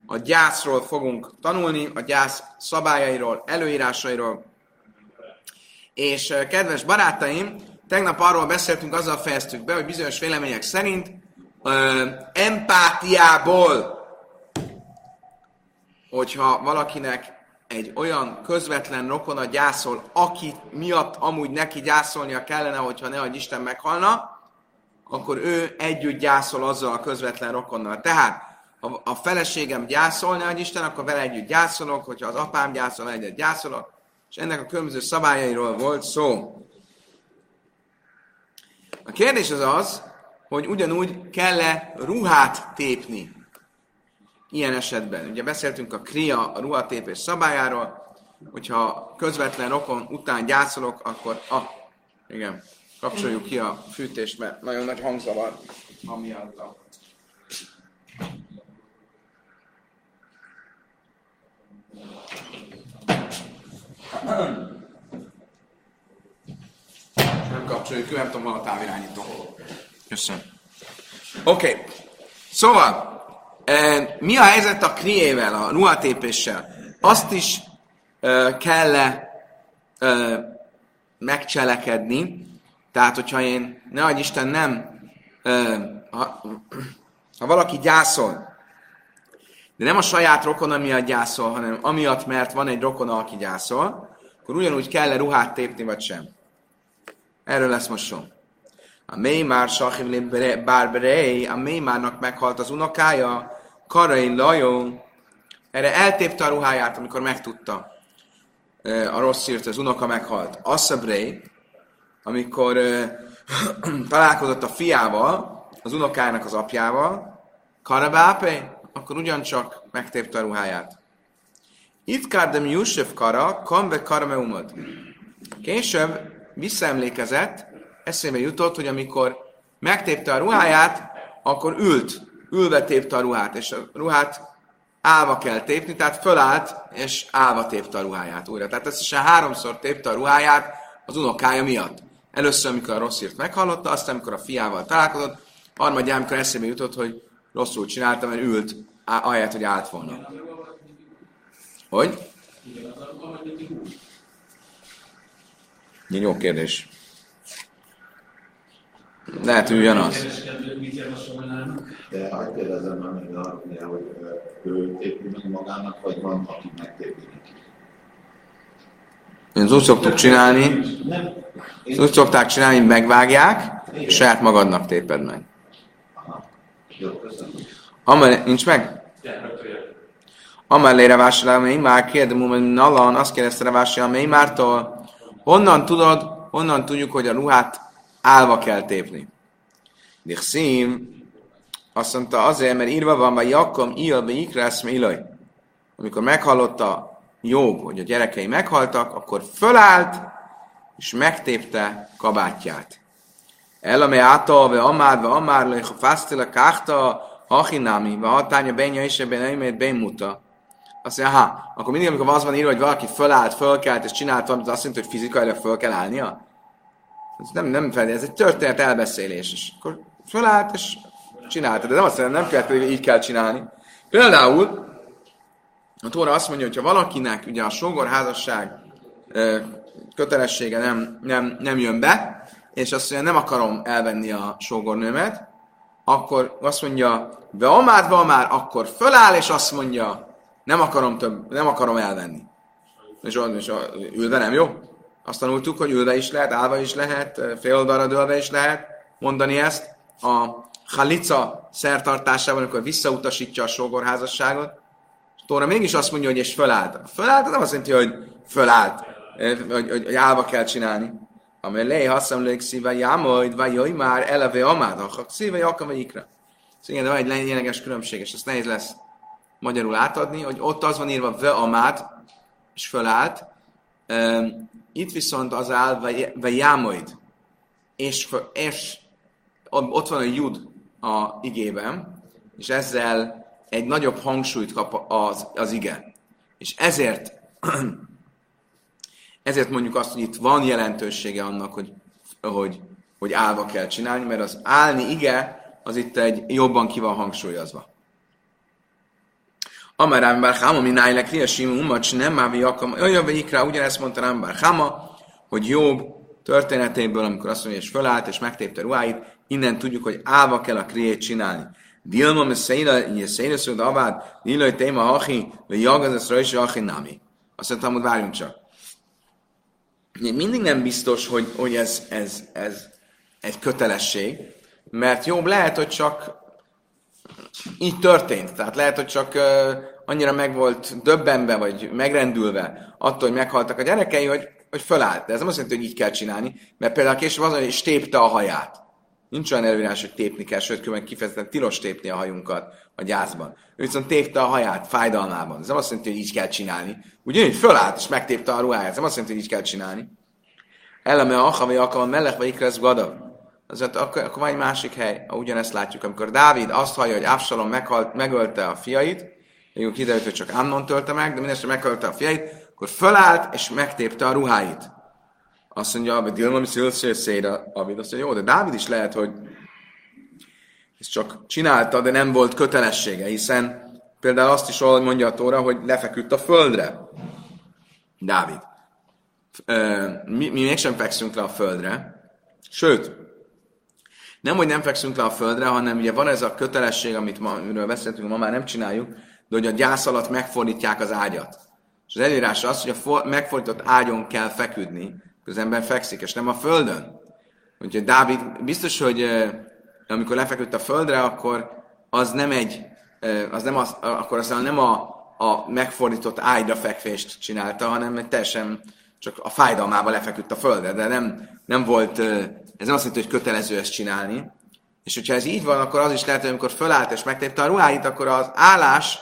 a gyászról fogunk tanulni, a gyász szabályairól, előírásairól. És kedves barátaim, tegnap arról beszéltünk, azzal fejeztük be, hogy bizonyos vélemények szerint empátiából, hogyha valakinek egy olyan közvetlen rokona gyászol, aki miatt amúgy neki gyászolnia kellene, hogyha nehogy Isten meghalna, akkor ő együtt gyászol azzal a közvetlen rokonnal. Tehát, ha a feleségem gyászol, nehogy Isten, akkor vele együtt gyászolok, hogyha az apám gyászol, együtt gyászolok, és ennek a különböző szabályairól volt szó. A kérdés az, hogy ugyanúgy kell-e ruhát tépni ilyen esetben. Ugye beszéltünk a kria, a ruhatépés szabályáról, hogyha közvetlen rokon után gyászolok, akkor igen, kapcsoljuk ki a fűtést, mert nagyon nagy hangzavar amiatt a... Nem kapcsoljuk ki, nem tudom, van a távirányító. Köszönöm. Oké. Szóval, mi a helyzet a kriével, a ruhatépéssel? Azt is kell megcselekedni, tehát hogyha én, nehogy Isten nem, ha valaki gyászol, de nem a saját rokona miatt gyászol, hanem amiatt, mert van egy rokona, aki gyászol, akkor ugyanúgy kell-e ruhát tépni, vagy sem. Erről lesz most szó. A Mémár Sachim Bárberei, a Mémárnak meghalt az unokája, Karai Lajó, erre eltépte a ruháját, amikor megtudta a rossz hírt, az unoka meghalt. Asszabrei, amikor találkozott a fiával, az unokájának az apjával, Karabápé, akkor ugyancsak megtépte a ruháját. Itt Kardem Jusef Kara, Kambe Karameumad. Később visszaemlékezett, eszébe jutott, hogy amikor megtépte a ruháját, akkor ülve tépte a ruhát, és a ruhát állva kell tépni, tehát fölállt, és állva tépte a ruháját újra. Tehát összesen 3-szor tépte a ruháját az unokája miatt. Először, amikor a rossz hírt meghallotta, aztán, amikor a fiával találkozott, harmadjára, amikor eszébe jutott, hogy rosszul csinálta, mert ült, ahelyett, hogy állt volna. Hogy? Jó kérdés. Lehet, hogy ugyanaz. De azt kérdezem már még arra, hogy ő tépi meg magának, vagy van, aki megtépi neki. Én úgy szoktuk csinálni, úgy szokták csinálni, hogy megvágják, és saját magadnak téped meg. Jó, köszönöm. Amellé, nincs meg? Amellére vásárolni, már kérdem, hogy Nalan, azt kérdezte vásárolni Mártól, honnan tudjuk, hogy a ruhát állva kell tépni. Dichszív, azt mondta azért, mert írva van, vagy Jakom, Ilbe, Ikrász, Milaj. Amikor meghallotta Jobb, hogy a gyerekei meghaltak, akkor fölállt, és megtépte kabátját. Elame áta, ve amár, le, ha fasztila, káhta, hachinámi, ve hatánya, benja, és ebben elmét, benmuta. Azt mondja, akkor mindig, amikor az van írva, hogy valaki fölállt, fölkelt, és csinált valamit, azt mondja, hogy fizikailag föl kell állnia. Ez egy történet elbeszélés. És akkor fölállt, és csinálta. De nem azt mondja, nem kellett, hogy így kell csinálni. Például, a Tóra azt mondja, hogy ha valakinek ugye a sógorházasság kötelessége nem jön be, és azt mondja, nem akarom elvenni a sógornőmet, akkor azt mondja, ve amár, akkor föláll, és azt mondja, nem akarom elvenni. És ülve nem jó? Azt tanultuk, hogy ülve is lehet, állva is lehet, fél oldalra dőlve is lehet mondani ezt. A halica szertartásában, amikor visszautasítja a sógorházasságot, Tóra mégis azt mondja, hogy és fölállt. Fölállt, nem azt jelenti, hogy fölállt, hogy állva kell csinálni. Amelé haszamlék szíve jámoid, vagy jöjj már, eleve amád, ha szíve jakava ikra. Szóval de van egy lényeges különbség, és ezt nehéz lesz magyarul átadni, hogy ott az van írva ve amád, és fölállt. Itt viszont az áll ve jámoid, és ott van a jud a igében, és ezzel egy nagyobb hangsúlyt kap az ige. És ezért mondjuk azt, hogy itt van jelentősége annak, hogy állva kell csinálni, mert az állni ige, az itt jobban ki van hangsúlyozva. Amár Rám bar Chama, mi nájlek riasim, umacs nem mávi akam. Olyan vegyik rá, ugyanezt mondta Rám bar Chama, hogy Jobb történetéből, amikor azt mondja, és fölállt, és megtépte ruháit, innen tudjuk, hogy állva kell a kriét csinálni. Dilma meszeira, szédesződ avád, dilaj téma hachi, vagy jagazesz rajsi hachi nami. Azt mondtam, hogy várjunk csak. Mindig nem biztos, hogy ez egy kötelesség, mert Jobb lehet, hogy csak így történt. Tehát lehet, hogy csak annyira meg volt döbbenve, vagy megrendülve attól, hogy meghaltak a gyerekei, hogy fölállt. De ez nem azt jelenti, hogy így kell csinálni, mert például később az, hogy tépte a haját. Nincs olyan előírás, hogy tépni kell, sőt, különben kifejezetten tilos tépni a hajunkat a gyászban. Ő viszont tépte a haját fájdalmában. Ez nem azt jelenti, hogy így kell csinálni. Ugyanígy fölállt, és megtépte a ruháját. Ez nem azt jelenti, hogy így kell csinálni. Eleme a acha, vagy akar, mellek, vagy ikresz gadav. Azért akkor van egy másik hely, ugyanezt látjuk, amikor Dávid azt hallja, hogy Absalom megölte a fiait, még kiderült, hogy csak Amnon tölte meg, de mindenesetre megölte a fiait, akkor fölállt és megtépte a ruháit. Azt mondja, hogy Dilma szélszére, Abid azt mondja, jó, de Dávid is lehet, hogy ezt csak csinálta, de nem volt kötelessége, hiszen például azt is mondja a Tóra, hogy lefeküdt a földre. Dávid. Mi mégsem fekszünk le a földre, sőt, nem, hogy nem fekszünk le a földre, hanem ugye van ez a kötelesség, amiről beszéltünk, ma már nem csináljuk, de hogy a gyász alatt megfordítják az ágyat. És az előírás az, hogy a megfordított ágyon kell feküdni, az ember fekszik, és nem a földön. Úgyhogy Dávid biztos, hogy amikor lefeküdt a földre, akkor az nem a megfordított ágyra fekvést csinálta, hanem teljesen csak a fájdalmába lefeküdt a földre, de nem volt, ez nem azt jelenti, hogy kötelező ezt csinálni. És hogyha ez így van, akkor az is lehet, hogy amikor fölállt és megtépte a ruháit, akkor az állás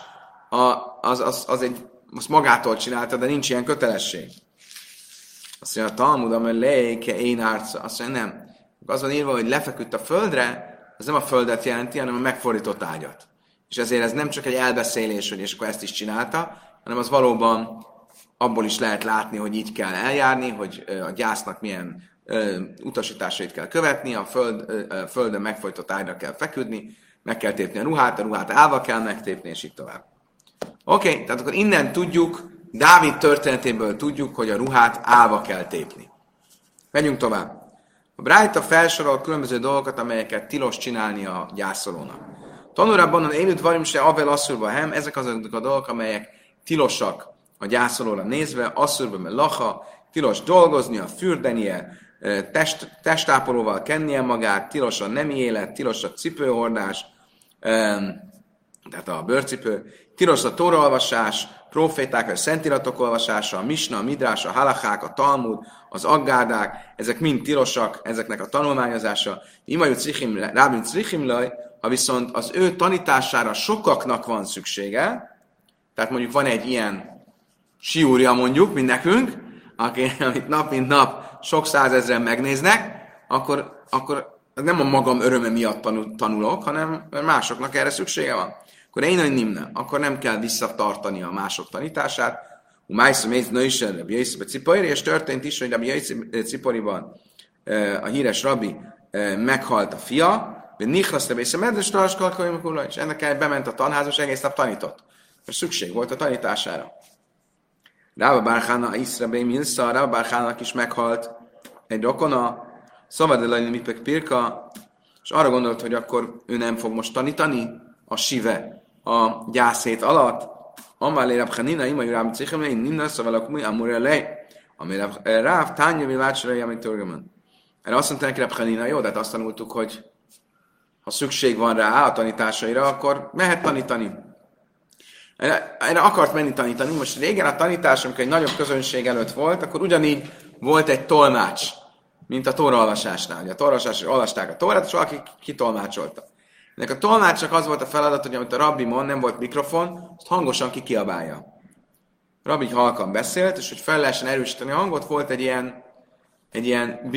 azt magától csinálta, de nincs ilyen kötelesség. Azt mondja, a Talmud, amely lejke én árca. Azt mondja, nem. Az van írva, hogy lefeküdt a földre, az nem a földet jelenti, hanem a megfordított ágyat. És ezért ez nem csak egy elbeszélés, hogy és akkor ezt is csinálta, hanem az valóban abból is lehet látni, hogy így kell eljárni, hogy a gyásznak milyen utasításait kell követni, a földön megfordított ágyra kell feküdni, meg kell tépni a ruhát állva kell megtépni, és így tovább. Oké, tehát akkor innen tudjuk, Dávid történetéből tudjuk, hogy a ruhát állva kell tépni. Menjünk tovább. A Brájta felsorol különböző dolgokat, amelyeket tilos csinálni a gyászolónak. Tanulában a élőt varim se avel asszurba hem, ezek azok a dolgok, amelyek tilosak a gyászolóra nézve, asszurba me lacha, tilos dolgoznia, fürdenie, testápolóval kennie magát, tilos a nemi élet, tilos a cipőhordás, tehát a bőrcipő, tilos a tóraolvasás, proféták vagy szentiratok olvasása, a misna, a midrás, a halachák, a talmud, az aggárdák, ezek mind tilosak, ezeknek a tanulmányozása. Imajú cichim, rábin cichimlaj, ha viszont az ő tanítására sokaknak van szüksége, tehát mondjuk van egy ilyen siúrja mondjuk, mint nekünk, amit nap mint nap sok százezren megnéznek, akkor nem a magam öröme miatt tanulok, hanem másoknak erre szüksége van. Akkor én nagy nimne, akkor nem kell visszatartani a mások tanítását. Májszom ész nőisen, Rabbi Jöjszebe Cipori, és történt is, hogy Rabbi Jöjszebe Ciporiban a híres rabbi meghalt a fia, de Nichlas Rabbi Jöjszebe Medves Taraskalkai, és ennek el bement a tanházba, és egész nap tanított. Mert szükség volt a tanítására. Rába Bárhána, Iszrabé Milsza, Rába Bárhának is meghalt egy rokona, Szabadelajni Mipek Pirka, és arra gondolt, hogy akkor ő nem fog most tanítani a sive a gyászét alatt. Amálé Rabchanina, Imai Ráb Cichemlei, Ninna Szavalakmui, Amurelei, amire Ráv Tánya Vilácsarai, amit Törgemen. Erre azt mondta neki Rabchanina, jó, de hát azt tanultuk, hogy ha szükség van rá a tanításaira, akkor mehet tanítani. Erre akart menni tanítani. Most régen a tanítás, amikor egy nagyobb közönség előtt volt, akkor ugyanígy volt egy tolmács, mint a tóraolvasásnál. Ugye a tóraolvasásnál olvasták a tórát, és valaki kitolmácsolta. Ennek a tolmácsnak az volt a feladat, hogy amit a rabbi mond, nem volt mikrofon, azt hangosan kiabálja. A rabbi halkan beszélt, és hogy fel lehessen erősíteni a hangot, volt egy ilyen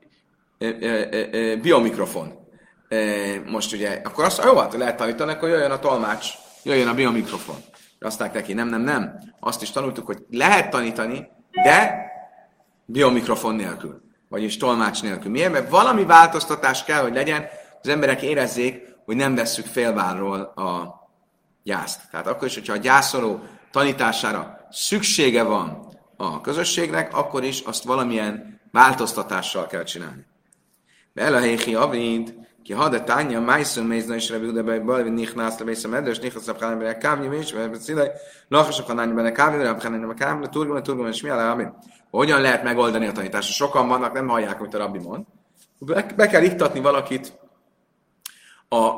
biomikrofon. Most ugye, akkor azt jó, hát lehet tanítani, akkor jöjjön a tolmács, jöjjön a biomikrofon. Azt mondták neki, nem. Azt is tanultuk, hogy lehet tanítani, de biomikrofon nélkül. Vagyis tolmács nélkül. Miért? Mert valami változtatás kell, hogy legyen, az emberek érezzék, hogy nem vesszük félvárról a gyászt. Tehát akkor is, hogyha a gyászoló tanítására szüksége van a közösségnek, akkor is azt valamilyen változtatással kell csinálni. Belahéhi avid, ki hade tánya, májszön mézna és rebi be balvi nichnász levész a medős, nichnász a kávni, kávni, és szilaj, lakosok a nányi benne kávni, a kávni, turgulman, és mi alá, hogyan lehet megoldani a tanítást? Sokan vannak, nem hallják, amit a rabbi mond. Be kell iktatni valakit a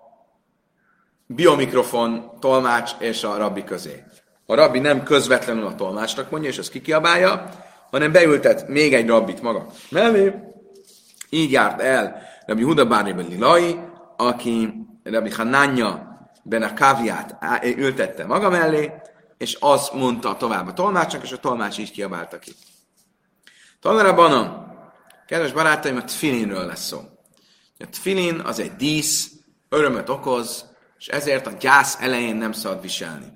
biomikrofon, tolmács és a rabbi közé. A rabbi nem közvetlenül a tolmácsnak mondja, és ezt kikiabálja, hanem beültet még egy rabbit maga mellé. Így járt el Rabbi Huda Báré ben Lilai, aki Rabbi Hananya ben a Káviát ültette maga mellé, és azt mondta tovább a tolmácsnak, és a tolmács így kiabálta ki. Tanulában, kedves barátaim, a tfilinről lesz szó. A tfilin az egy dísz, örömöt okoz, és ezért a gyász elején nem szabad viselni.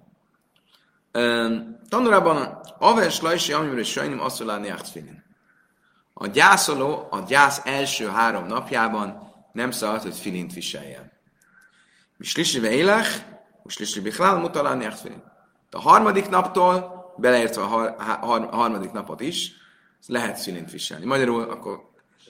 Tanulában aves lajsi amimre sajnim asszulálni tfilin. A gyászoló a gyász első 3 napjában nem szabad, hogy tfilint viseljen. Mislisi veilech, mislisi bichlál mutalálni tfilin. A harmadik naptól, beleértve a harmadik napot is, lehet tfilint viselni. Magyarul akkor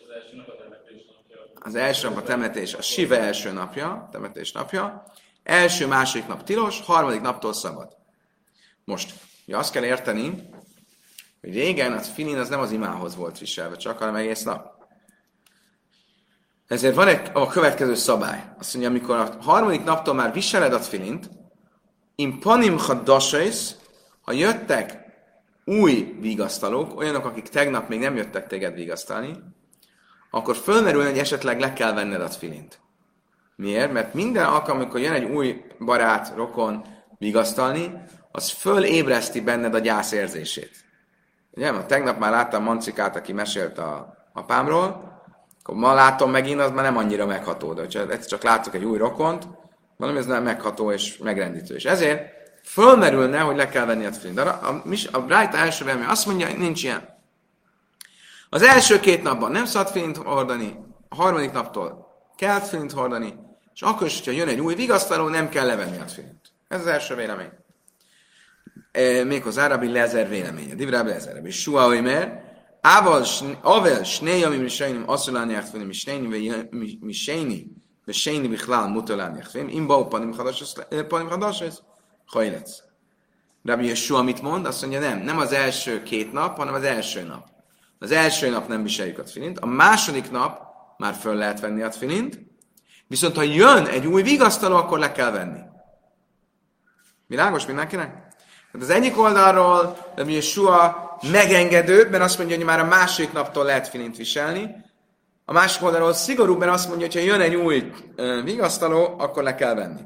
az első nap a temetés, a sive első napja, temetés napja, első, második nap tilos, harmadik naptól szabad. Most, ugye azt kell érteni, hogy régen a tfilin az nem az imához volt viselve, csak hanem egész nap. Ezért van a következő szabály. Azt mondja, amikor a harmadik naptól már viseled a tfilint, in panim chadashais, ha jöttek új vigasztalók, olyanok, akik tegnap még nem jöttek téged vigasztalni, akkor fölmerül, hogy esetleg le kell venned a tfilint. Miért? Mert minden alkalom, amikor jön egy új barát, rokon vigasztalni, az fölébreszti benned a gyász érzését. Ugye, mert tegnap már láttam Mancikát, aki mesélt a apámról, akkor ma látom megint, az már nem annyira megható. De ha csak látszok egy új rokont, valami ez nem megható és megrendítő. És ezért fölmerülne, hogy le kell venni a tfilint. A Brájta első velmi azt mondja, hogy nincs ilyen. Az első 2 napban nem szabad tfilint hordani, a harmadik naptól kell tfilint hordani, és akkor is, hogyha jön egy új vigasztaló, nem kell levenni a tfilint. Ez az első vélemény. Méghozzá Rabbi Lezer véleménye. Div Rabbi Lezer. Rabbi Shua Oimer, Avel Snei, ami Miseinim asszulálni járt Miseinim, Miseinim Bichlál mutalálni járt Imbau Panim Hadas, Hajlec. Rabbi Yeshua mit mond? Azt mondja, nem az első 2 nap, hanem az első nap. Az első nap nem viseljük a tfilint, a második nap már föl lehet venni a tfilint, viszont ha jön egy új vigasztaló, akkor le kell venni. Világos mindenkinek? Tehát az egyik oldalról Rabbi Yeshua megengedő, mert azt mondja, hogy már a második naptól lehet tfilint viselni, a másik oldalról szigorú, mert azt mondja, hogy ha jön egy új vigasztaló, akkor le kell venni.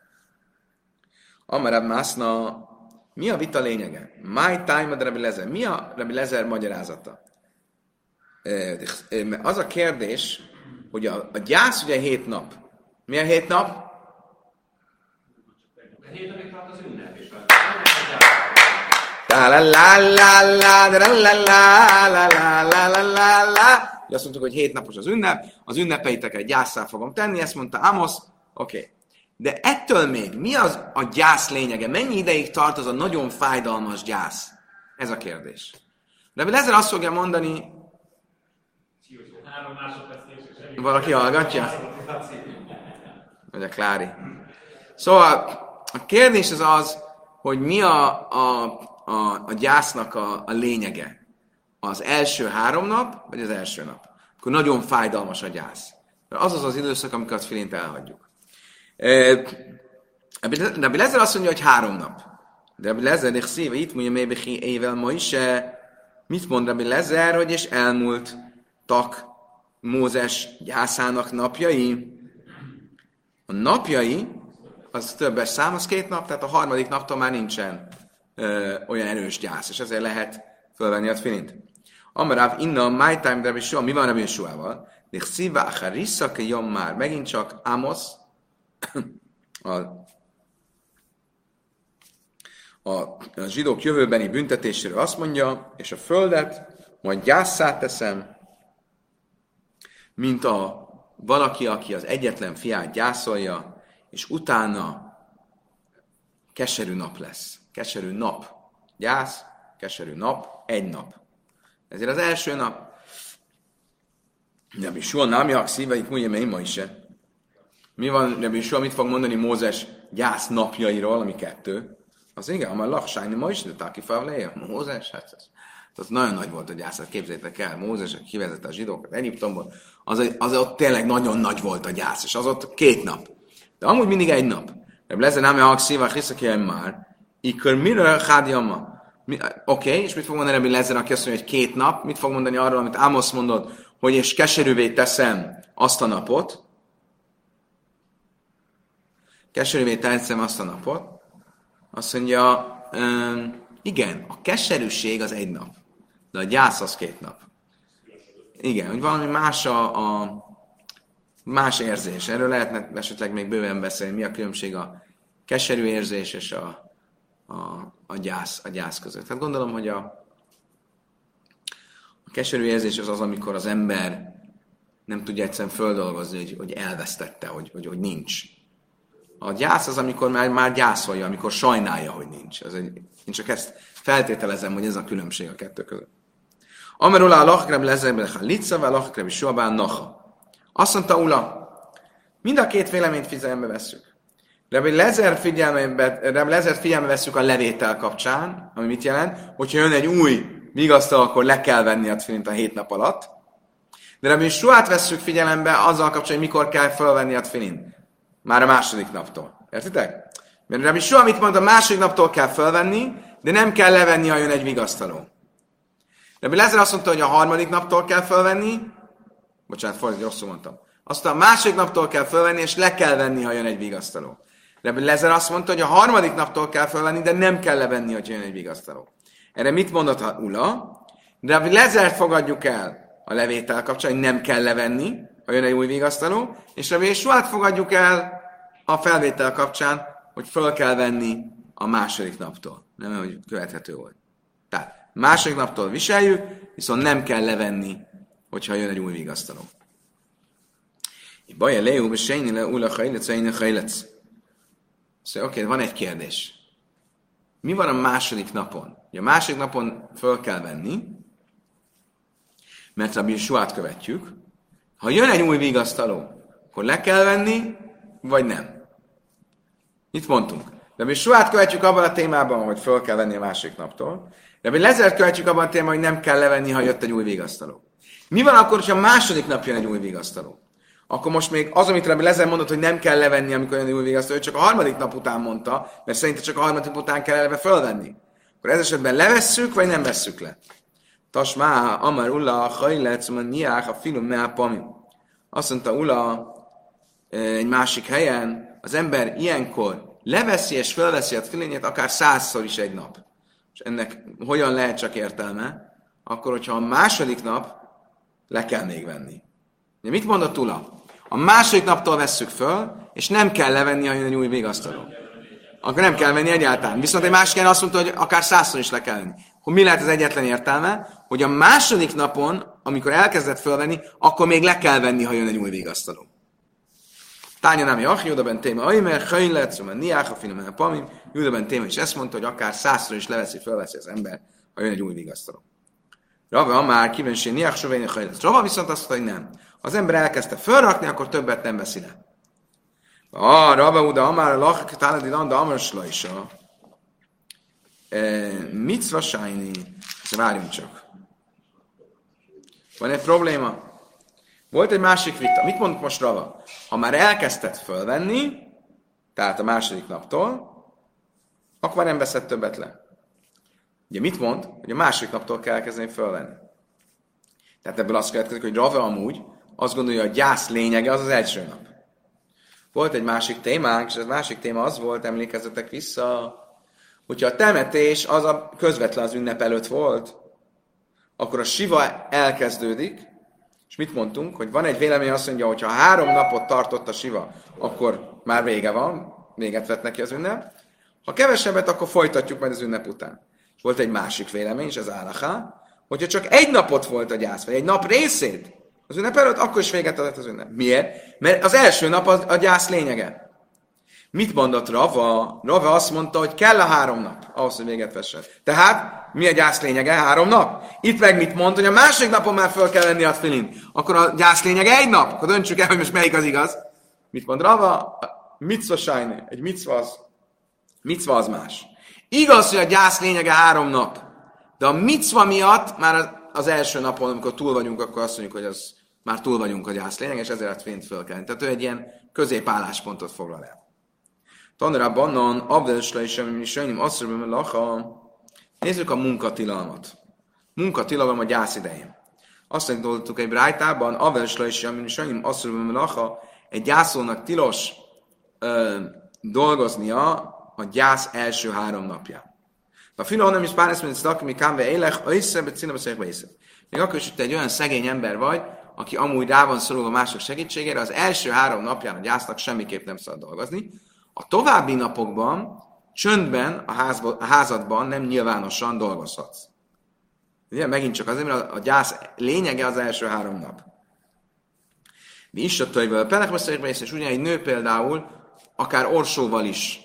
Amarab Mászna, mi a vita lényege? My time Rabbi Lezer. Mi a Rabbi Lezer magyarázata? Az a kérdés, hogy a gyász ugye 7 nap. Mi a 7 nap? A 7 napig tart az ünnep is. Azt mondtuk, hogy 7 napos az ünnep, az ünnepeiteket gyásszal fogom tenni, ezt mondta Amos, oké. De ettől még mi az a gyász lényege? Mennyi ideig tart az a nagyon fájdalmas gyász? Ez a kérdés. De ezzel azt fogja mondani, valaki hallgatja? Vagy a Klári. Szóval a kérdés az, hogy mi a gyásznak a lényege. Az első 3 nap, vagy az első nap? Akkor nagyon fájdalmas a gyász. Az az időszak, amikor a tfilint elhagyjuk. Rabbi Lezer azt mondja, hogy 3 nap. De Rabbi Lezer, és szíve itt mondja, mébechi ével ma is, mit mond Rabbi Lezer, hogy és elmúltak Mózes gyászának napjai? A napjai, az többes szám, az 2 nap, tehát a harmadik naptól már nincsen olyan erős gyász, és ezért lehet fölvenni a tfilint. Amaráv inna my time Rabbi Shua, mi van Rabbi Shuával? De szíve acharissa ke jom már, megint csak Amos, a zsidók jövőbeni büntetéséről azt mondja, és a földet majd gyásszá teszem, mint valaki, aki az egyetlen fiát gyászolja, és utána keserű nap lesz. Keserű nap. Gyász, keserű nap, egy nap. Ezért az első nap. Rabbi Sua nem jak szíveik, mondja, én ma is se. Mi van, Rabbi Sua, mit fog mondani Mózes gyász napjairól, ami 2? Az igen, már laksájni ma is, de takifavleja, Mózes, hát ez nagyon nagy volt a gyász, hát képzeljétek el, Mózes, aki kivezette a zsidókat Egyiptomból, az ott tényleg nagyon nagy volt a gyász, és az ott 2 nap. De amúgy mindig egy nap. Rabbi Lezer nem jak szívek, hiszek már, ikör mire hádjamma. Oké, és mit fog mondani Rabbi Lezer, aki azt mondja, hogy 2 nap, mit fog mondani arról, amit Ámosz mondott, hogy és keserűvé teszem azt a napot. Keserűvé teszem azt a napot. Azt mondja, igen, a keserűség az 1 nap, de a gyász az 2 nap. Igen, hogy valami más más érzés. Erről lehetne esetleg még bőven beszélni, mi a különbség a keserű érzés és a gyász között. Hát gondolom, hogy a keserű érzés az, amikor az ember nem tudja egyszerűen földolgozni, hogy elvesztette, hogy nincs. A gyász az, amikor már gyászolja, amikor sajnálja, hogy nincs. Én csak ezt feltételezem, hogy ez a különbség a 2 között. Amerulá a lachkreb lezerbe halitza, a lachkreb is soabán nacha. Azt mondta Ula, mind a 2 véleményt figyelembe vesszük. Rabbi Lezer figyelme vesszük a levétel kapcsán, ami mit jelent? Hogyha jön egy új vigasztal, akkor le kell venni a tfilint a 7 nap alatt. De Rabbi Suát vesszük figyelembe azzal kapcsolatban, hogy mikor kell felvenni a tfilint. Már a második naptól. Értitek? Mert Rabbi Sua mit mond, a második naptól kell felvenni, de nem kell levenni, ha jön egy vigasztaló. Rabbi Lezer azt mondta, hogy a 3. naptól kell felvenni, bocsánat, fordítva, rosszul mondtam. Aztán a második naptól kell felvenni, és le kell venni, ha jön egy vigasztaló. Rabbi Lezer azt mondta, hogy a 3. naptól kell felvenni, de nem kell levenni, ha jön egy vigasztaló. Erre mit mondott Ula? Rabbi Lezert fogadjuk el a levétel kapcsán, hogy nem kell levenni, ha jön egy új vigasztaló, és Rabbi Suát fogadjuk el a felvétel kapcsán, hogy föl kell venni a második naptól. Nem, hogy követhető volt. Tehát második naptól viseljük, viszont nem kell levenni, hogyha jön egy új vigasztaló. Baja leú, és sejni le, ula hajlec. Szóval oké, van egy kérdés. Mi van a második napon? A második napon föl kell venni, mert Rabbi Suát követjük. Ha jön egy új vigasztaló, akkor le kell venni, vagy nem? Mit mondtunk? Rabbi Suát követjük abban a témában, hogy föl kell venni a második naptól. Rabbi Lezert követjük abban a témában, hogy nem kell levenni, ha jött egy új vigasztaló. Mi van akkor, ha a második nap jön egy új vigasztaló? Akkor most még az, amit Rabbi Lezer mondott, hogy nem kell levenni, amikor jön egy új vigasztaló, csak a 3. nap után mondta, mert szerinte csak a 3. nap után kell eleve fölvenni. Akkor ez esetben levesszük, vagy nem vesszük le? Tasmá, Amar Ulla, Hajlec, Niák, a Filum, Meapami. Azt mondta Ula egy másik helyen, az ember ilyenkor leveszi és fölveszi a tfilényét akár 100-szor is egy nap. És ennek hogyan lehet csak értelme? Akkor, hogyha a második nap le kell még venni. De mit mondott Ula? A második naptól vesszük föl, és nem kell levenni, ha jön egy új vigasztaló. Akkor nem kell venni egyáltalán. Viszont egy másik helyen azt mondta, hogy akár 100-szor is le kell venni. Hogy mi lehet az egyetlen értelme? Hogy a második napon, amikor elkezdett fölvenni, akkor még le kell venni, ha jön egy új vigasztaló. Tánya nem jach, Júdaben téma aimer, hajlec, a niák, a finom, a pamim. Júdaben téma is ezt mondta, hogy akár 100-szor is fölveszi az ember, ha jön egy új vigasztaló. Rava már kívenség niák, sovény, hajlec. Rava viszont azt mondta, hogy nem. Ha az ember elkezdte fölrakni, akkor többet nem veszi le. Rava uda, amár lach, táladi landa, amarsla is a mitzva sájni. Várjunk csak. Van egy probléma. Volt egy másik vita. Mit mondott most Rava? Ha már elkezdted fölvenni, tehát a második naptól, akkor már nem veszed többet le. Ugye mit mond? Hogy a második naptól kell elkezdeni fölvenni. Tehát ebből azt következik, hogy Rava amúgy azt gondolja, hogy a gyász lényege az első nap. Volt egy másik témánk, és ez másik téma az volt, emlékezzetek vissza, hogyha a temetés az a közvetlen az ünnep előtt volt, akkor a siva elkezdődik, és mit mondtunk? Hogy van egy vélemény, azt mondja, hogy ha 3 napot tartott a siva, akkor már vége van, véget vett neki az ünnep. Ha kevesebbet, akkor folytatjuk majd az ünnep után. És volt egy másik vélemény, és az állaká, hogyha csak 1 napot volt a gyász, vagy 1 nap részét az ünnep előtt, akkor is véget adott az ünnep. Miért? Mert az első nap a gyász lényege. Mit mondott Rava? Rava azt mondta, hogy kell a 3 nap, ahhoz, hogy véget vessen. Tehát mi a gyász lényege? 3 nap. Itt meg mit mond, hogy a második napon már föl kell venni a tfilint. Akkor a gyász lényege 1 nap. Akkor döntsük el, hogy most melyik az igaz. Mit mond Rava? Mitzva sajni. Egy mitzva az más. Igaz, hogy a gyász lényege 3 nap. De a mitzva miatt már az első napon, amikor túl vagyunk, akkor azt mondjuk, hogy az már túl vagyunk a gyász lényeg, és ezért a tfilint föl kell. Tehát ő egy ilyen középalláspontot foglal el. Tanulában onnan, abdelsla is, ami sajnim asszorban lacha. Nézzük a munkatilalmat. Munkatilalom a gyász idején. Azt mondtuk egy brájtában, abdelsla is, ami sajnim asszorban lacha, egy gyászolnak tilos dolgoznia a gyász első 3 napján. A finom nem is páresz, mint szakmi kámve élek, összebe cinebeszélekbe észre. Még akkor is, hogy te egy olyan szegény ember vagy, aki amúgy rá van szorulva mások segítségére, az első 3 napján a gyásznak semmiképp nem szabad dolgozni. A további napokban, csöndben, a házadban nem nyilvánosan dolgozhatsz. Ugye, megint csak azért, mert a gyász lényege az első 3 nap. Mi is a töjből pelekbeszélekbe észre, és ugye egy nő például akár orsóval is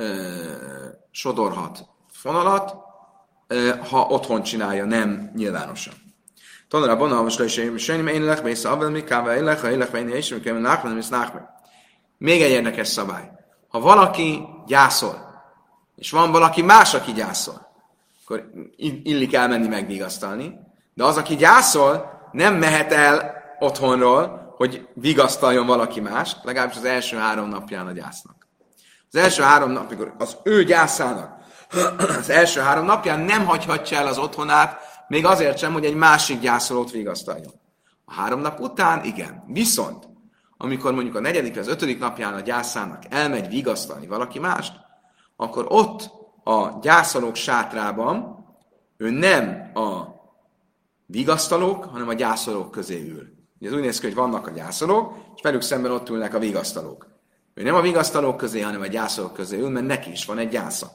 sodorhat fonalat, ha otthon csinálja, nem nyilvánosan. Tanulra bonalmas le is én élek, bész abban, mi káve élek, ha élek, én is, mikor nákmen, és nákmen. Még egy érdekes szabály. Ha valaki gyászol, és van valaki más, aki gyászol, akkor illik elmenni megvigasztalni, de az, aki gyászol, nem mehet el otthonról, hogy vigasztaljon valaki más, legalábbis az első 3 napján a gyásznak. Az első 3 napig az ő gyászának az első 3 napján nem hagyhatja el az otthonát, még azért sem, hogy egy másik gyászolót vigasztaljon. A 3 nap után igen. Viszont, amikor mondjuk a 4. vagy az 5. napján a gyászának elmegy vigasztalni valaki mást, akkor ott a gyászolók sátrában ő nem a vigasztalók, hanem a gyászolók közé ül. Ugye ez úgy néz ki, hogy vannak a gyászolók, és velük szemben ott ülnek a vigasztalók. Ő nem a vigasztalók közé, hanem a gyászolók közé ül, mert neki is van egy gyásza.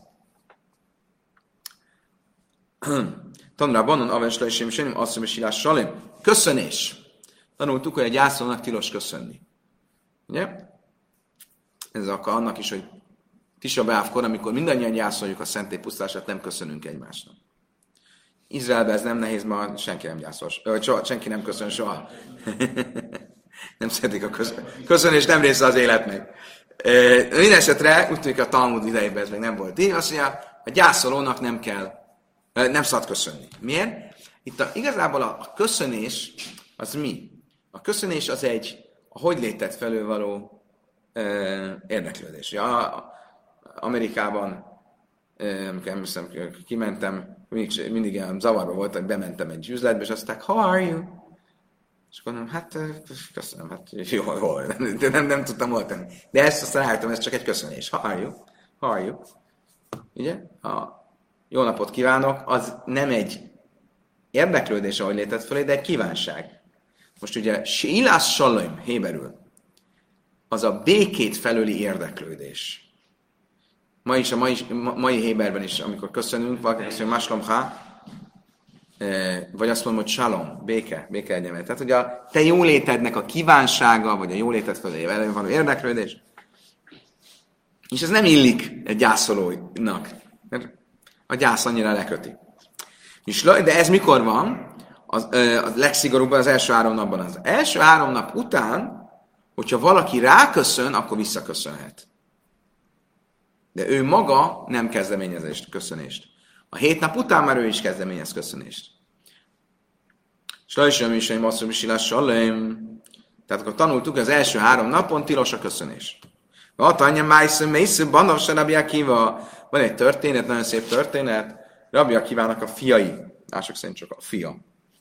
Tanulában avensla és én sem azt mondom, salim. Köszönés. Tanultuk, hogy a gyászolónak tilos köszönni. Ugye? Ez akkor annak is, hogy Tisha B'Avkor, amikor mindannyian gyászoljuk a szentély pusztulását, nem köszönünk egymásnak. Izraelben ez nem nehéz, ma senki nem gyászol, senki nem köszön soha. Nem szeretik a köszönés, nem része az életnek. Mindenesetre, úgy tűnik a Talmud idejében ez még nem volt így, azt mondja, a gyászolónak nem szabad köszönni. Miért? Itt igazából a köszönés az mi? A köszönés az egy a hogylétet felől való érdeklődés. Amerikában, amikor emlékszem, kimentem, mindig ilyen zavarba volt, hogy bementem egy üzletbe, és azt mondták, how are you? És akkor mondom, hát köszönöm, hát jól, nem tudtam hol tenni. De ezt aztán rájöttem, ez csak egy köszönés. How are you? How are you? Ugye? Jó napot kívánok, az nem egy érdeklődés, ahogy létett fölé, de egy kívánság. Most ugye, Sílás Salim, héberül, az a békét felüli érdeklődés. A mai héberben is, amikor köszönünk, valaki azt mondja, Maslomha, vagy azt mondom, hogy Shalom, béke legyen. Tehát, hogy a te jólétednek a kívánsága, vagy a jóléted felé való érdeklődés, és ez nem illik egy gyászolónak, mert a gyász annyira leköti. De ez mikor van? A legszigorúbban az első 3 napban. Az első 3 nap után, hogyha valaki ráköszön, akkor visszaköszönhet. De ő maga nem kezdeményez köszönést. A 7 nap után már ő is kezdeményez köszönést. Sajnálom is, hogy masszum is tehát akkor tanultuk, az első 3 napon tilos a köszönés. Van egy történet, nagyon szép történet. Rabbi Akivának a fiai, mások szerint csak a fia.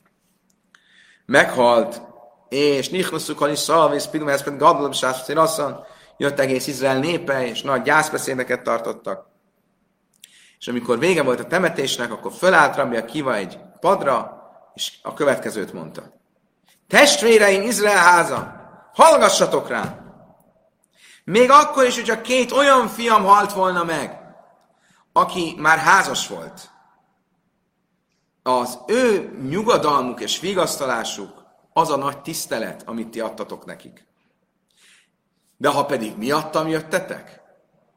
Meghalt, és Nichnoszuk Halis Szalvész, Pidumhez pedig Gadolom Sászférasszan, jött egész Izrael népe, és nagy gyászbeszédeket tartottak. És amikor vége volt a temetésnek, akkor fölállt Rabbi Akiva egy padra, és a következőt mondta. Testvéreim, Izrael háza, hallgassatok rám! Még akkor is, hogyha 2 olyan fiam halt volna meg, aki már házas volt, az ő nyugodalmuk és vigasztalásuk az a nagy tisztelet, amit ti adtatok nekik. De ha pedig miattam jöttetek,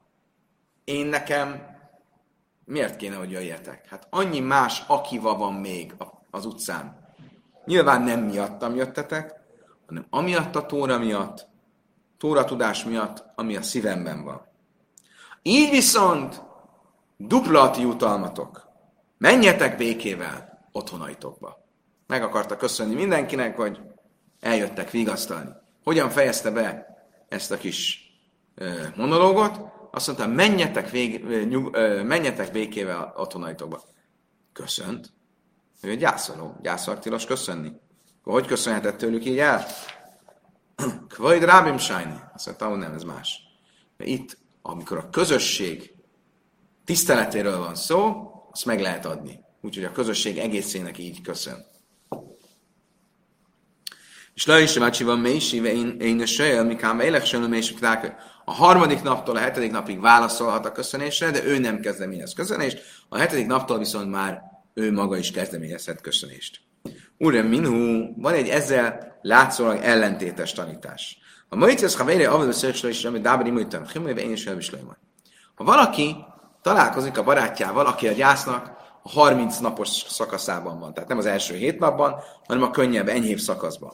én nekem miért kéne, hogy jöjjetek? Hát annyi más akiva van még az utcán. Nyilván nem miattam jöttetek, hanem amiatt a Tóra miatt, Tóra tudás miatt, ami a szívemben van. Így viszont dupla a ti jutalmatok. Menjetek békével otthonaitokba. Meg akarta köszönni mindenkinek, hogy eljöttek vigasztalni. Hogyan fejezte be ezt a kis monológot? Azt mondta, menjetek békével otthonaitokba. Köszönt. Ő egy gyászoló. Gyászolak tilos köszönni. Hogy köszönhetett tőlük így el? Kvajd rábim sajni. Azt mondta, hogy nem, ez más. Mert itt, amikor a közösség tiszteletéről van szó, azt meg lehet adni. Úgyhogy a közösség egészének így köszön. És le is vácsi van mélysive, én a sajjel, mikám élek sajjel, mélysive, a harmadik naptól a hetedik napig válaszolhat a köszönésre, de ő nem kezdeményez köszönést, a hetedik naptól viszont már ő maga is kezdeményezhet köszönést. Uram minhu, van egy ezzel látszólag ellentétes tanítás. A Moices Havére avval szörcsről is, amit Dábri mújtam, Himőve én is elvislajmaj. Ha valaki találkozik a barátjával, aki a gyásznak a 30 napos szakaszában van, tehát nem az első 7 napban, hanem a könnyebb, enyhébb szakaszban.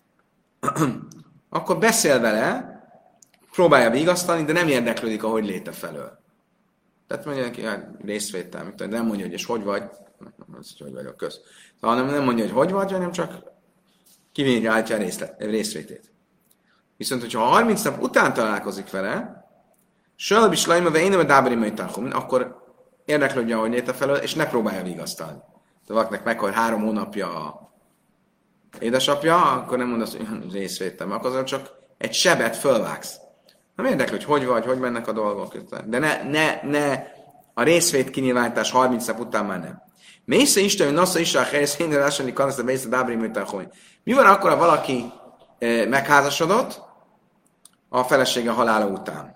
Akkor beszél vele, próbálja vigasztalni, de nem érdeklődik a hogy léte felől. Tehát mondja neki, hát részvétel, de nem mondja, hogy és hogy vagy, hogy vagyok, kösz. Hanem nem mondja, hogy vagy, hanem csak kivételítja a részvétét. Viszont, hogyha 30 nap után találkozik vele, Sölbi slajma veinöve dábri möjtárhomin, akkor érdeklődjön, hogy léte felől, és ne próbálja vigasztalni. De valakinek meghal 3 hónapja a édesapja, akkor nem mondasz, hogy részvétem, akkor csak egy sebet fölvágsz. Nem érdekel, hogy vagy, hogy mennek a dolgok. De ne a részvét kinyilvánítás 30 nap után már nem. Mésze Isten, hogy Nasza Isten, a helyez, én rásani kanaszta, mésze dábri möjtárhomin. Mi van akkor, ha valaki megházasodott a felesége halála után?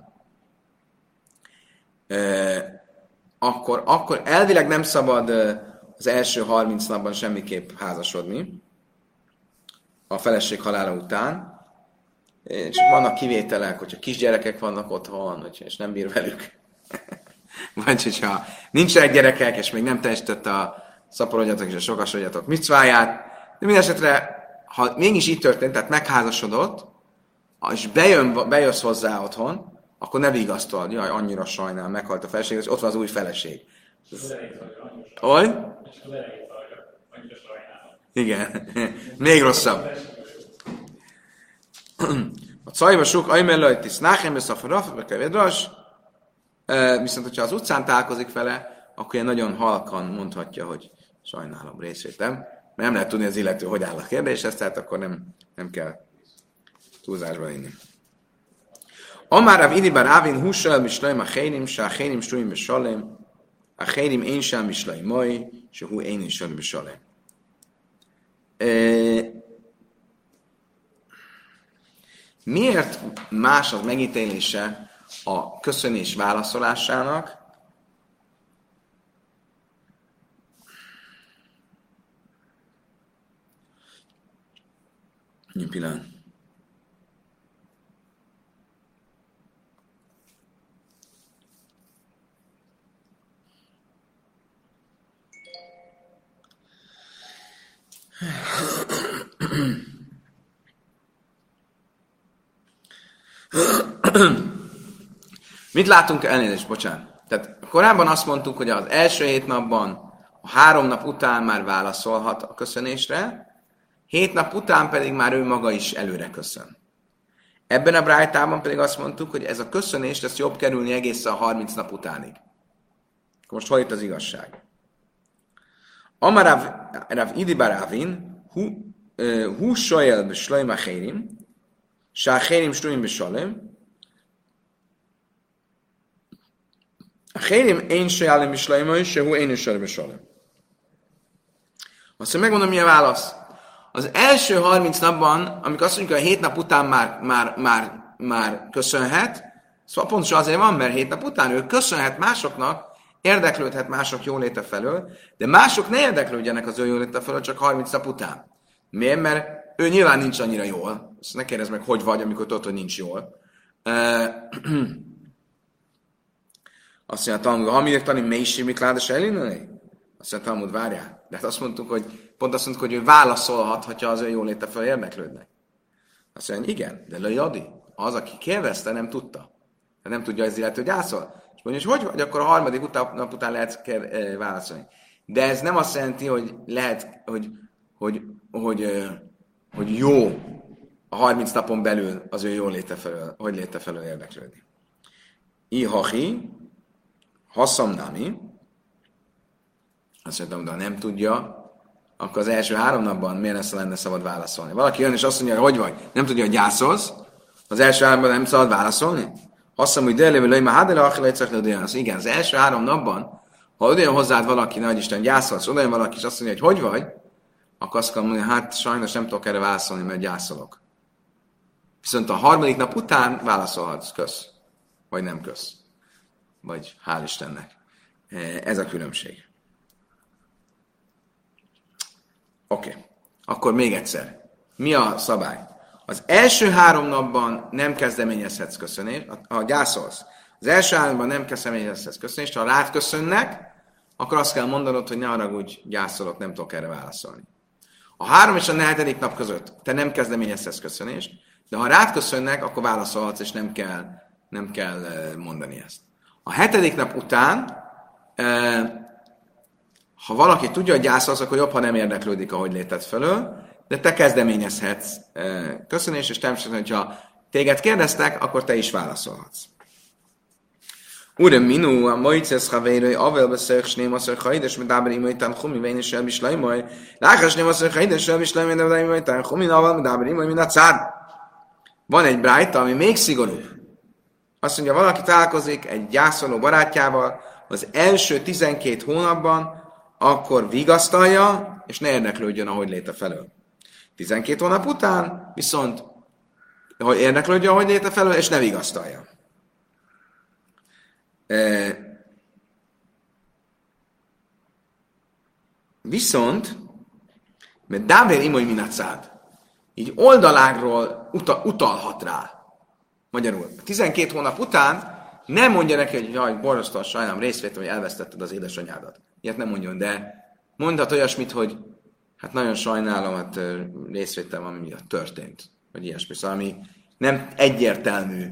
Akkor elvileg nem szabad az első 30 napban semmiképp házasodni a feleség halála után. És vannak kivételek, hogyha kisgyerekek vannak otthon, és nem bír velük. Vagy hogyha nincsenek gyerekek, és még nem teljesített a szaporodjatok és a sokasodjatok micváját. De mindesetre, ha mégis így történt, tehát megházasodott, és bejössz hozzá otthon, akkor ne vigasztald, jaj, annyira sajnálom, meghalt a feleség, és ott van az új feleség. Hogy? Igen, még rosszabb. A cajba sok ajmellaj tisznáchem, és a faraf, kevedras, viszont, hogyha az utcán találkozik vele, akkor ilyen nagyon halkan mondhatja, hogy sajnálom, részvétem, mert nem lehet tudni az illető, hogy áll a kérdéshez, tehát akkor nem kell túlzásba inni. Amárav idibar ávin hussal mislaim a chérim, se a chérim struim besalem, a chérim én sem mislaim maj, se hú én is besalem. Miért más az megítélése a köszönés válaszolásának, egy pillanat. Mit látunk elnézést, bocsánat. Tehát korábban azt mondtuk, hogy az első 7 napban, a 3 nap után már válaszolhat a köszönésre, 7 nap után pedig már ő maga is előre köszön. Ebben a brájtában pedig azt mondtuk, hogy ez a köszönést, ezt jobb kerülni egészen a 30 nap utánig. Most hol itt az igazság? Amarav idibarávin, hu sajel beslajm a chérim, se a chérim struim besalem, a chérim én sajálem beslajm, se hu én is sajálem besalem. Azt megmondom, mi a válasz. Az első 30 napban, amikor azt mondjuk, hogy a 7 nap után már köszönhet, szóval pontosan azért van, mert 7 nap után ő köszönhet másoknak, érdeklődhet mások jóléte felől, de mások ne érdeklődjenek az ő jóléte felől csak 30 nap után. Miért? Mert ő nyilván nincs annyira jól. Ezt ne kérdezz meg, hogy vagy, amikor tudod, hogy nincs jól. Azt mondja, Talmud, ha miért tanít mélység, mit ládas elinőni? Azt mondja, Talmud, várjál. De hát azt mondtuk, hogy ő válaszolhat, ha az ő jóléte fel érdeklődnek. Azt mondja, igen, de Lajadi, az, aki kérdezte, nem tudta. De nem tudja az illető, hogy gyászol. És mondja, hogy vagy, akkor a harmadik nap után lehet válaszolni. De ez nem azt jelenti, hogy lehet, hogy jó a 30 napon belül az ő jóléte felől, hogy léte felől érdeklődni. Ihahi, haszamnami, azt mondtam, de ha nem tudja, akkor az első 3 napban miért lenne szabad válaszolni? Valaki jön és azt mondja, hogy vagy, nem tudja, hogy gyászolsz, az első 3 napban nem szabad válaszolni? Azt mondom, hogy délővel, hogy már hádele, igen, az első 3 napban, ha odajön hozzád valaki, nagy Isten, gyászolsz, odajön valaki, és azt mondja, hogy vagy, akkor azt kell mondani, hát sajnos nem tudok erre válaszolni, mert gyászolok. Viszont a 3. nap után válaszolhatsz, kösz. Vagy nem kösz. Vagy hál' Istennek. Ez a különbség. Oké. Akkor még egyszer. Mi a szabály? Az első 3 napban nem kezdeményezhetsz köszönést, ha gyászolsz. Az első 3 napban nem kezdeményezhetsz köszönést, ha rád köszönnek, akkor azt kell mondanod, hogy ne haragudj, gyászolok, nem tudok erre válaszolni. A 3 és a 4. nap között te nem kezdeményezhetsz köszönést, de ha rád köszönnek, akkor válaszolhatsz, és nem kell mondani ezt. A 7. nap után, ha valaki tudja, hogy gyászolsz, akkor jobb, ha nem érdeklődik a hogy léted fölől, de te kezdeményezhetsz köszönést, és természetesen, hogyha téged kérdeztek, akkor te is válaszolhatsz. Urem minu, a Moices Havérői, avel beszélek, s némaszor hajdes, mert dáberi imajtán humi, vén és elbis lajmaj, lákás némaszor hajdes, elbis lajmaj, de imajtán humi, avel, mert dáberi imaj, mint a cád. Van egy brájta, ami még szigorúbb. Azt mondja, valaki találkozik egy gyászoló barátjával az első 12 hónapban, akkor vigasztalja, és ne érdeklődjön, ahogy léte felől. 12 hónap után viszont hogy érdeklődjön, ahogy léte felől, és ne vigasztalja. Viszont, mert Dávér imoly minacád, így oldalágról utalhat rá. Magyarul, 12 hónap után nem mondja neki, hogy jaj, borzasztóan sajnálom, részt vettem, hogy elvesztetted az édesanyádat. Ilyet nem mondjon, de mondhat olyasmit, hogy hát nagyon sajnálom, hát részt vettem, ami miatt történt. Vagy ilyesmi. Szóval ami nem egyértelmű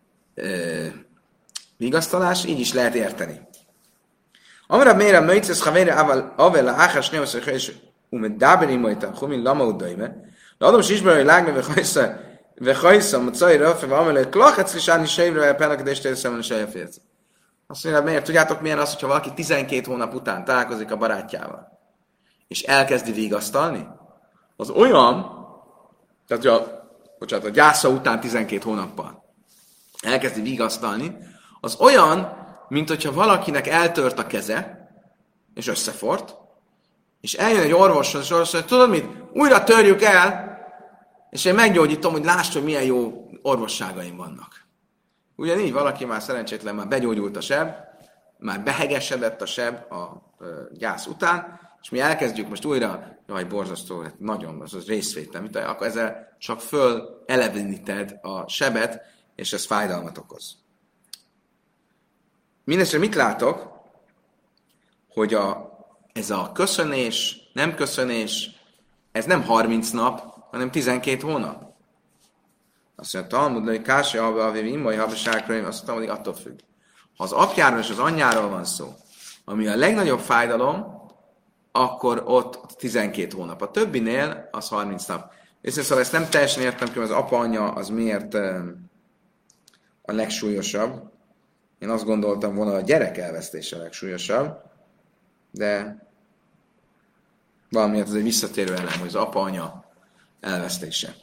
vigasztalás, így is lehet érteni. Amra mélyre möjtszesz, ha vére avel a áhás némaszor és dáberi mojtan, humin lama udaime, de adom sisből, hogy lágme, vehajsza, mocai röfe, vamelő, klachetsz, és állni sejvre, penakadés, térszemben a sejférc. Azt mondja, miért? Tudjátok milyen az, hogyha valaki 12 hónap után találkozik a barátjával, és elkezdi vigasztalni? Az olyan, tehát a gyásza után 12 hónappal elkezdi vigasztalni, az olyan, mint hogyha valakinek eltört a keze, és összefort, és eljön egy orvoshoz, és orvos mondja, tudod mit? Újra törjük el, és én meggyógyítom, hogy lásd, hogy milyen jó orvosságaim vannak. Ugyanígy valaki már szerencsétlen, már begyógyult a seb, már behegesedett a seb a gyász után, és mi elkezdjük most újra, jaj, borzasztó, nagyon, az részvétel, akkor ezzel csak föl eleveníted a sebet, és ez fájdalmat okoz. Mindenesetre mit látok? Hogy ez a köszönés, nem köszönés, ez nem 30 nap, hanem 12 hónap. Azt mondja, Talmud, hogy Kási, Aviv, Imai, Habaságkönyv, azt mondtam, hogy attól függ. Ha az apjáról és az anyjáról van szó, ami a legnagyobb fájdalom, akkor ott 12 hónap. A többinél az 30 nap. És szóval ezt nem teljesen értem, hogy az apa-anya az miért a legsúlyosabb. Én azt gondoltam volna, a gyerek elvesztése a legsúlyosabb, de valamiért ez egy visszatérő elem, hogy az apa-anya elvesztése.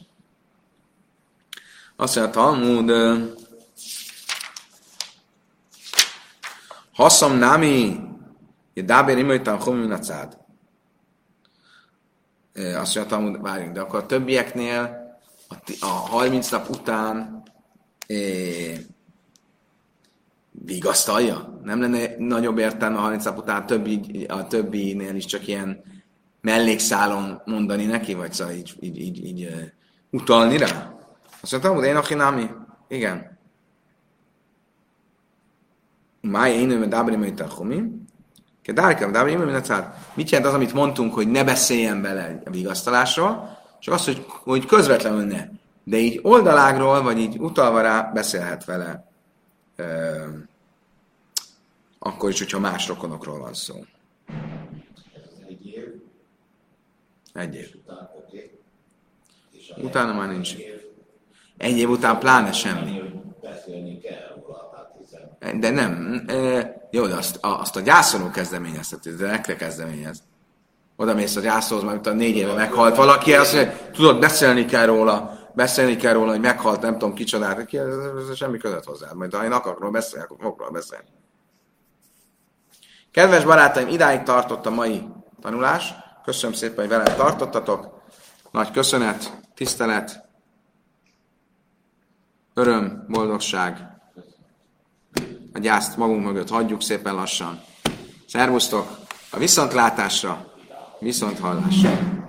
Azt mondja, Talmud, Haszam nami, Dábér imajtan hominacád. Azt mondja, Talmud, várjunk, de akkor a többieknél a 30 nap után vigasztalja? Nem lenne nagyobb értelme a 30 nap után a többinél is csak ilyen mellékszálon mondani neki, vagy szóval így utalni rá? Azt mondtam, hogy én achinami. Igen. Máj én nőm, dábrim, hogy tachomim. Kedárkem, dábrim, hogy mit jelent az, amit mondtunk, hogy ne beszéljen bele a vigasztalásról, csak az, hogy közvetlenül ne. De így oldalágról, vagy így utalva rá beszélhet vele, akkor is, hogyha más rokonokról van szó. Egy év. Egy év. Után, oké. És Utána már nincs. Egy év után pláne semmi. Beszélni kell róla, hát hiszen. De nem. Jó, de azt a gyászoló kezdeményezteti, de nektek kezdeményez. Oda mész a gyászolóhoz, mert a 4 éve meghalt valaki, azt mondja, tudod, beszélni kell róla, hogy meghalt, nem tudom kicsodát, ki, ez semmi között hozzád. Majd ha én akarok beszélni, akkor fogok róla beszélni. Kedves barátaim, idáig tartott a mai tanulás. Köszönöm szépen, hogy velem tartottatok. Nagy köszönet, tisztelet, öröm, boldogság. A gyászt magunk mögött hagyjuk szépen lassan. Szervusztok! A viszontlátásra, viszonthallásra!